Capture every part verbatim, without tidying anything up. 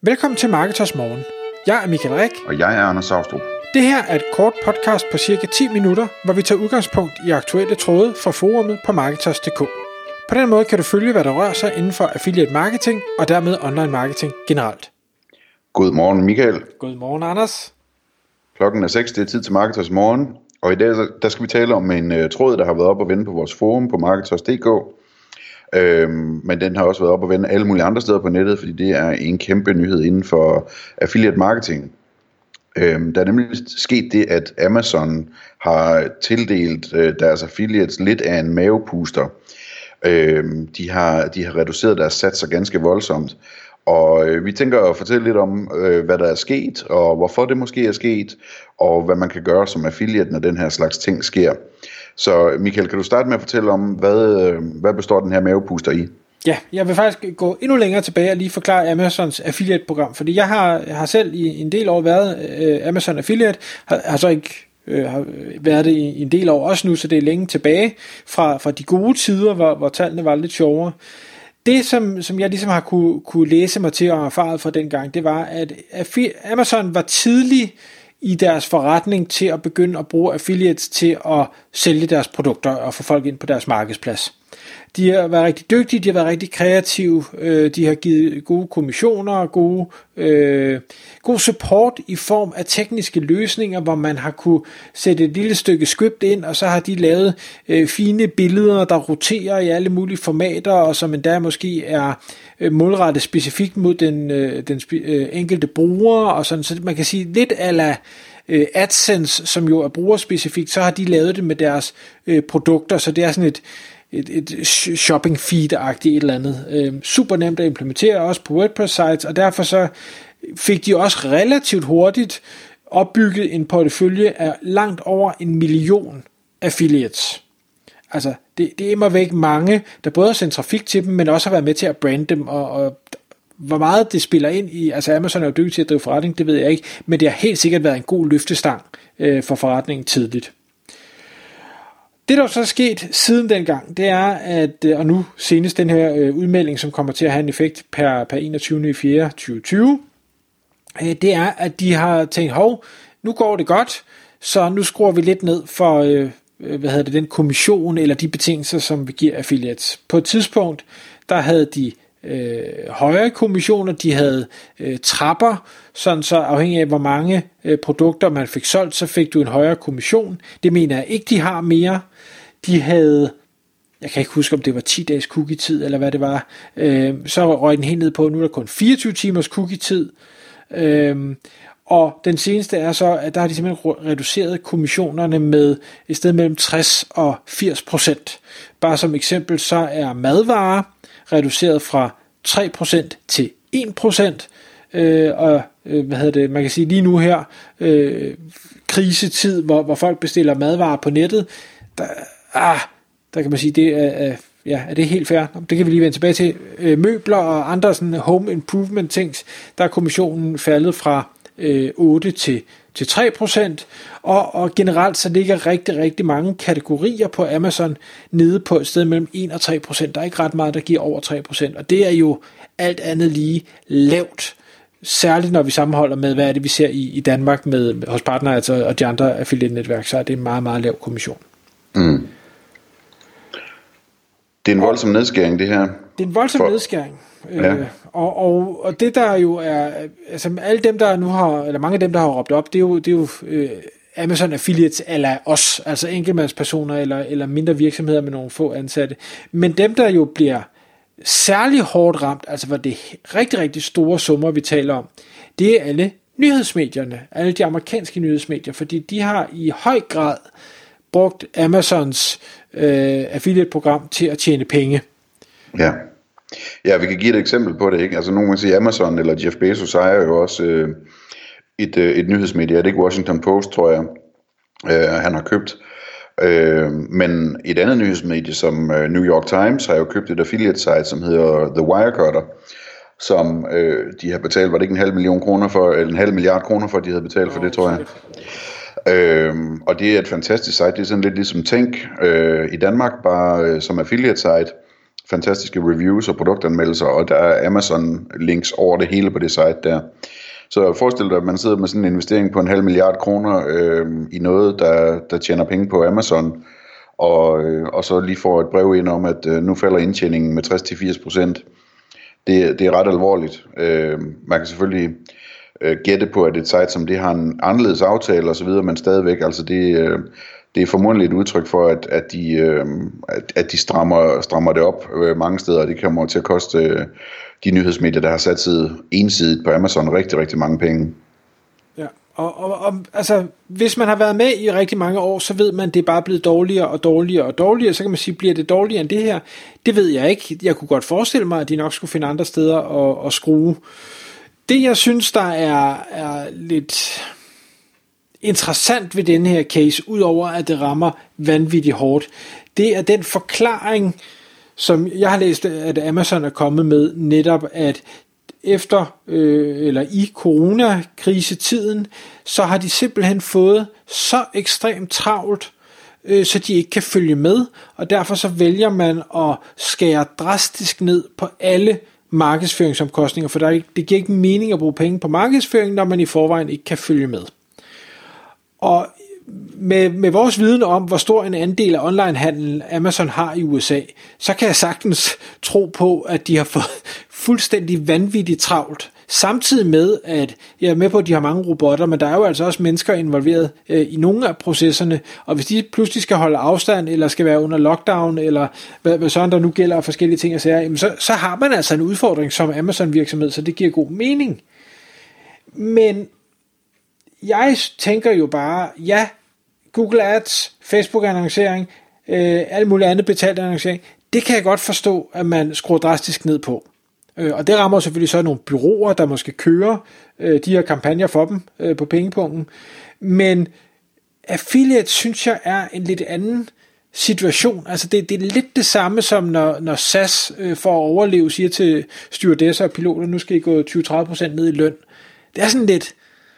Velkommen til Marketers Morgen. Jeg er Michael Rik. Og jeg er Anders Saustrup. Det her er et kort podcast på cirka ti minutter, hvor vi tager udgangspunkt i aktuelle tråde fra forumet på Marketers punktum d k. På den måde kan du følge, hvad der rører sig inden for affiliate marketing og dermed online marketing generelt. Godmorgen Michael. Godmorgen Anders. Klokken er seks, det er tid til Marketers Morgen. Og i dag der skal vi tale om en uh, tråd, der har været op og vende på vores forum på Marketers punktum d k. Øhm, men den har også været op og vende alle mulige andre steder på nettet, fordi det er en kæmpe nyhed inden for affiliate marketing. Øhm, der er nemlig sket det, at Amazon har tildelt øh, deres affiliates lidt af en mavepuster. Øhm, de, har, de har reduceret deres satser ganske voldsomt. Og øh, vi tænker at fortælle lidt om, øh, hvad der er sket, og hvorfor det måske er sket, og hvad man kan gøre som affiliate, når den her slags ting sker. Så Michael, kan du starte med at fortælle om, hvad, hvad består den her mavepuster i? Ja, jeg vil faktisk gå endnu længere tilbage og lige forklare Amazons affiliate-program, fordi jeg har, jeg har selv i en del år været øh, Amazon affiliate, har, har så ikke øh, har været det i en del år også nu, så det er længe tilbage fra, fra de gode tider, hvor, hvor tallene var lidt sjovere. Det, som, som jeg ligesom har kunne, kunne læse mig til og erfaret fra den gang, det var, at Amazon var tidlig i deres forretning til at begynde at bruge affiliates til at sælge deres produkter og få folk ind på deres markedsplads. De har været rigtig dygtige, de har været rigtig kreative, de har givet gode kommissioner og gode, øh, god support i form af tekniske løsninger, hvor man har kunne sætte et lille stykke script ind, og så har de lavet øh, fine billeder, der roterer i alle mulige formater, og som endda måske er øh, målrettet specifikt mod den, øh, den spe- øh, enkelte bruger, og sådan, så man kan sige lidt a la øh, AdSense, som jo er brugerspecifikt, så har de lavet det med deres øh, produkter, så det er sådan et et, et shopping feed-agtigt et eller andet. Øh, super nemt at implementere, også på WordPress sites, og derfor så fik de også relativt hurtigt opbygget en portefølje af langt over en million affiliates. Altså, det, det er immer væk mange, der både har sendt trafik til dem, men også har været med til at brande dem, og, og hvor meget det spiller ind i, altså Amazon er jo dygtig til at drive forretning, det ved jeg ikke, men det har helt sikkert været en god løftestang øh, for forretningen tidligt. Det, der så er sket siden dengang, det er, at, og nu senest den her øh, udmelding, som kommer til at have en effekt per, per enogtyvende april tyve tyve, øh, det er, at de har tænkt, hov, nu går det godt, så nu skruer vi lidt ned for, øh, hvad hedder det, den kommission, eller de betingelser, som vi giver affiliates. På et tidspunkt, der havde de øh, højere kommissioner, de havde øh, trapper, sådan så afhængig af, hvor mange øh, produkter man fik solgt, så fik du en højere kommission. Det mener jeg ikke, de har mere. De havde, jeg kan ikke huske, om det var ti dages cookie-tid, eller hvad det var, øh, så røg den helt ned på, nu er der kun fireogtyve timers cookie-tid, øh, og den seneste er så, at der har de simpelthen reduceret kommissionerne med et sted mellem tres og firs procent. Bare som eksempel, så er madvarer reduceret fra tre procent til en procent, øh, og øh, hvad hedder det, man kan sige lige nu her, øh, krisetid, hvor, hvor folk bestiller madvarer på nettet, der, ah, der kan man sige, det er, øh, ja, er det helt fair? Det kan vi lige vende tilbage til. Øh, møbler og andre sådan home improvement things, der er kommissionen faldet fra øh, otte til til tre procent, og, og generelt så ligger rigtig, rigtig mange kategorier på Amazon nede på et sted mellem en og tre procent. Der er ikke ret meget, der giver over tre procent, og det er jo alt andet lige lavt, særligt når vi sammenholder med, hvad er det, vi ser i, i Danmark med, med hos partnere altså, og de andre affiliate-netværk, så er det en meget, meget lav kommission. Mm. Det er en voldsom nedskæring, det her. Det er en voldsom For... nedskæring. Ja. Øh, og, og, og det der jo er, altså alle dem der nu har, eller mange af dem der har råbt op, det er jo, det er jo øh, Amazon affiliates eller os, altså enkeltmandspersoner eller, eller mindre virksomheder med nogle få ansatte. Men dem der jo bliver særlig hårdt ramt, altså hvor det er rigtig, rigtig store summer vi taler om, det er alle nyhedsmedierne, alle de amerikanske nyhedsmedier, fordi de har i høj grad brugt Amazons øh, affiliate-program til at tjene penge. Ja. Ja, vi kan give et eksempel på det, ikke? Altså nogen kan sige Amazon eller Jeff Bezos ejer jo også øh, et, øh, et nyhedsmedie, det er ikke Washington Post, tror jeg, øh, han har købt. Øh, men et andet nyhedsmedie som øh, New York Times har jo købt et affiliate site, som hedder The Wirecutter, som øh, de har betalt, var det ikke en halv million kroner for, eller en halv milliard kroner for, de havde betalt for det, tror jeg. Øhm, og det er et fantastisk site. Det er sådan lidt ligesom Tænk øh, i Danmark, bare øh, som affiliate site. fantastiske reviews og produktanmeldelser, og der er Amazon-links over det hele på det site der. Så forestil dig, at man sidder med sådan en investering på en halv milliard kroner øh, i noget, der, der tjener penge på Amazon, og, øh, og så lige får et brev ind om, at øh, nu falder indtjeningen med tres til firs procent. Det, det er ret alvorligt. Øh, man kan selvfølgelig øh, gætte på, at et site som det har en anderledes aftale og så videre, men stadigvæk, altså det, øh, det er formodentlig et udtryk for, at, at de, øh, at, at de strammer, strammer det op øh, mange steder, og det kommer til at koste øh, de nyhedsmedier, der har sat sig ensidigt på Amazon rigtig, rigtig mange penge. Ja, og, og, og altså, hvis man har været med i rigtig mange år, så ved man, at det er bare blevet dårligere og dårligere og dårligere. Så kan man sige, bliver det dårligere end det her? Det ved jeg ikke. Jeg kunne godt forestille mig, at de nok skulle finde andre steder at, at skrue. Det, jeg synes, der er, er lidt interessant ved denne her case, udover at det rammer vanvittigt hårdt, det er den forklaring, som jeg har læst, at Amazon er kommet med, netop at efter øh, eller i coronakrisetiden, så har de simpelthen fået så ekstremt travlt, øh, så de ikke kan følge med, og derfor så vælger man at skære drastisk ned på alle markedsføringsomkostninger, for der er ikke, det giver ikke mening at bruge penge på markedsføring, når man i forvejen ikke kan følge med. Og med, med vores viden om, hvor stor en andel af onlinehandel Amazon har i U S A, så kan jeg sagtens tro på, at de har fået fuldstændig vanvittigt travlt. Samtidig med, at jeg er med på, at de har mange robotter, men der er jo altså også mennesker involveret øh, i nogle af processerne, og hvis de pludselig skal holde afstand, eller skal være under lockdown, eller hvad, hvad sådan der nu gælder af forskellige ting at sige, jamen så, så har man altså en udfordring som Amazon-virksomhed, så det giver god mening. Men jeg tænker jo bare, ja, Google Ads, Facebook-annoncering, øh, alt muligt andet betalt annoncering, det kan jeg godt forstå, at man skruer drastisk ned på. Øh, og det rammer selvfølgelig så nogle bureauer, der måske kører øh, de her kampagner for dem øh, på pengepunkten. Men affiliate, synes jeg, er en lidt anden situation. Altså det, det er lidt det samme som når, når S A S øh, for at overleve siger til stewardesser og piloter, nu skal I gå tyve til tredive procent ned i løn. Det er sådan lidt,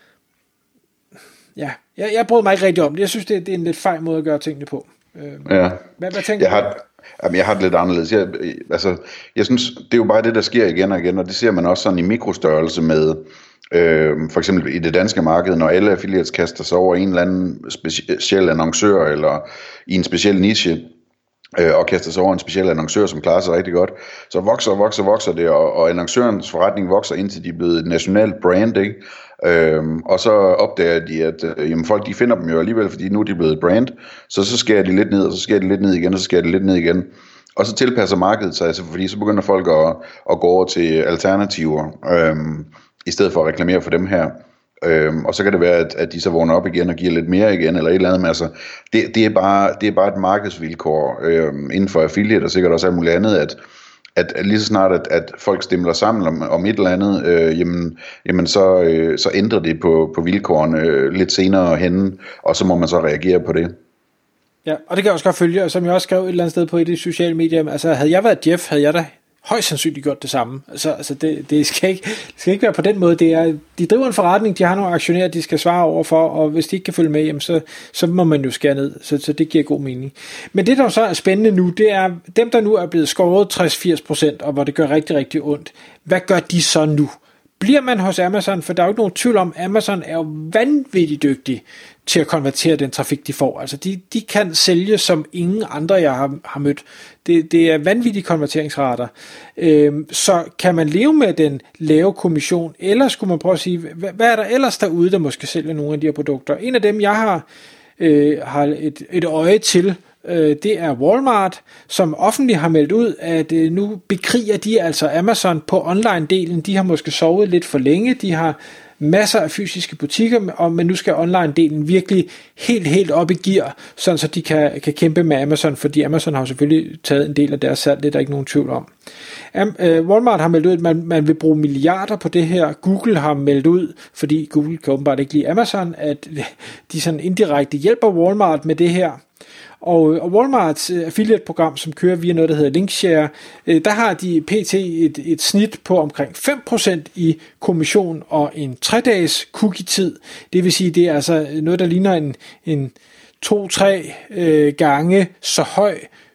ja, jeg, jeg bryder mig ikke rigtig om det. Jeg synes, det, det er en lidt fejl måde at gøre tingene på. Øh, ja. Hvad, hvad tænker jeg har, jamen, jeg har det lidt anderledes. Jeg, altså, jeg synes, det er jo bare det, der sker igen og igen, og det ser man også sådan i mikrostørrelse med, øh, for eksempel i det danske marked, når alle affiliates kaster sig over en eller anden speciel annoncør, eller i en speciel niche, øh, og kaster sig over en speciel annoncør, som klarer sig rigtig godt, så vokser og vokser og vokser det, og, og annoncørens forretning vokser, indtil de er blevet et nationalt brand, ikke? Øhm, og så opdager de, at øh, jamen, folk de finder dem jo alligevel, fordi nu er de blevet et brand, så så skærer de lidt ned, og så skærer de lidt ned igen, og så skærer de lidt ned igen, og så tilpasser markedet sig, altså, fordi så begynder folk at, at gå over til alternativer, øhm, i stedet for at reklamere for dem her. Øhm, og så kan det være, at, at de så vågner op igen og giver lidt mere igen, eller et eller andet, men altså, det, det, er, bare, det er bare et markedsvilkår øhm, inden for affiliate, og sikkert også alt muligt andet, at At, at lige så snart, at, at folk stemler sammen om, om et eller andet, øh, jamen, jamen så, øh, så ændrer det på, på vilkårene øh, lidt senere hen, og så må man så reagere på det. Ja, og det kan jeg også godt følge, og som jeg også skrev et eller andet sted på i de sociale medier, altså havde jeg været Jeff, havde jeg da højst sandsynligt gjort det samme. Altså, altså det, det, skal ikke, det skal ikke være på den måde. Det er, de driver en forretning, de har nogle aktionærer, de skal svare over for, og hvis de ikke kan følge med, jamen så, så må man jo skære ned. Så, så det giver god mening. Men det, der så er spændende nu, det er dem, der nu er blevet skåret tres til firs procent, og hvor det gør rigtig, rigtig ondt. Hvad gør de så nu? Bliver man hos Amazon, for der er jo ikke nogen tvivl om, Amazon er jo vanvittigt dygtig til at konvertere den trafik, de får. Altså, de, de kan sælge som ingen andre, jeg har, har mødt. Det, det er vanvittige konverteringsrater. Øhm, så kan man leve med den lave kommission, eller skulle man prøve at sige, hvad, hvad er der ellers derude, der måske sælger nogle af de her produkter? En af dem, jeg har, øh, har et, et øje til, øh, det er Walmart, som offentligt har meldt ud, at øh, nu bekriger de altså Amazon på online-delen. De har måske sovet lidt for længe, de har masser af fysiske butikker, men nu skal online-delen virkelig helt, helt op i gear, sådan så de kan, kan kæmpe med Amazon, fordi Amazon har jo selvfølgelig taget en del af deres salg, det er der ikke nogen tvivl om. Am, øh, Walmart har meldt ud, at man, man vil bruge milliarder på det her. Google har meldt ud, fordi Google kan åbenbart ikke lide Amazon, at de sådan indirekte hjælper Walmart med det her. Og, og Walmarts affiliate-program, som kører via noget, der hedder Linkshare, øh, der har de pt. Et, et snit på omkring fem procent i kommission og en tre-dages cookie-tid. Det vil sige, det er altså noget, der ligner en, en to-tre øh, gange så høj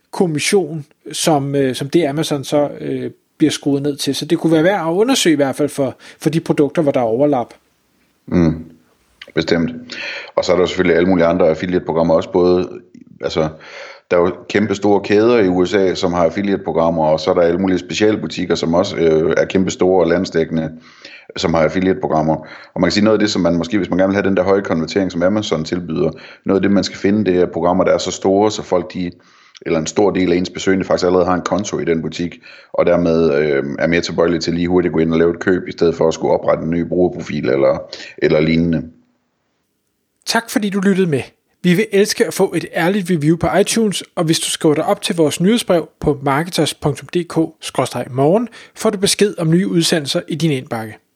kommission, som, øh, som det Amazon så øh, bliver skruet ned til. Så det kunne være værd at undersøge i hvert fald for, for de produkter, hvor der er overlap. Mm, bestemt. Og så er der selvfølgelig alle mulige andre affiliate-programmer også, både, altså, der er jo kæmpe store kæder i U S A, som har affiliate-programmer, og så er der alle mulige specialbutikker, som også øh, er kæmpe store og landsdækkende, som har affiliate-programmer. Og man kan sige, noget af det, som man måske, hvis man gerne vil have den der høje konvertering, som Amazon tilbyder, noget af det, man skal finde, det er programmer, der er så store, så folk de, eller en stor del af ens besøgende faktisk allerede har en konto i den butik, og dermed øh, er mere tilbøjelige til lige hurtigt at gå ind og lave et køb, i stedet for at skulle oprette en ny brugerprofil eller, eller lignende. Tak fordi du lyttede med. Vi vil elske at få et ærligt review på iTunes, og hvis du skriver dig op til vores nyhedsbrev på marketers punktum d k skråstreg morgen, får du besked om nye udsendelser i din indbakke.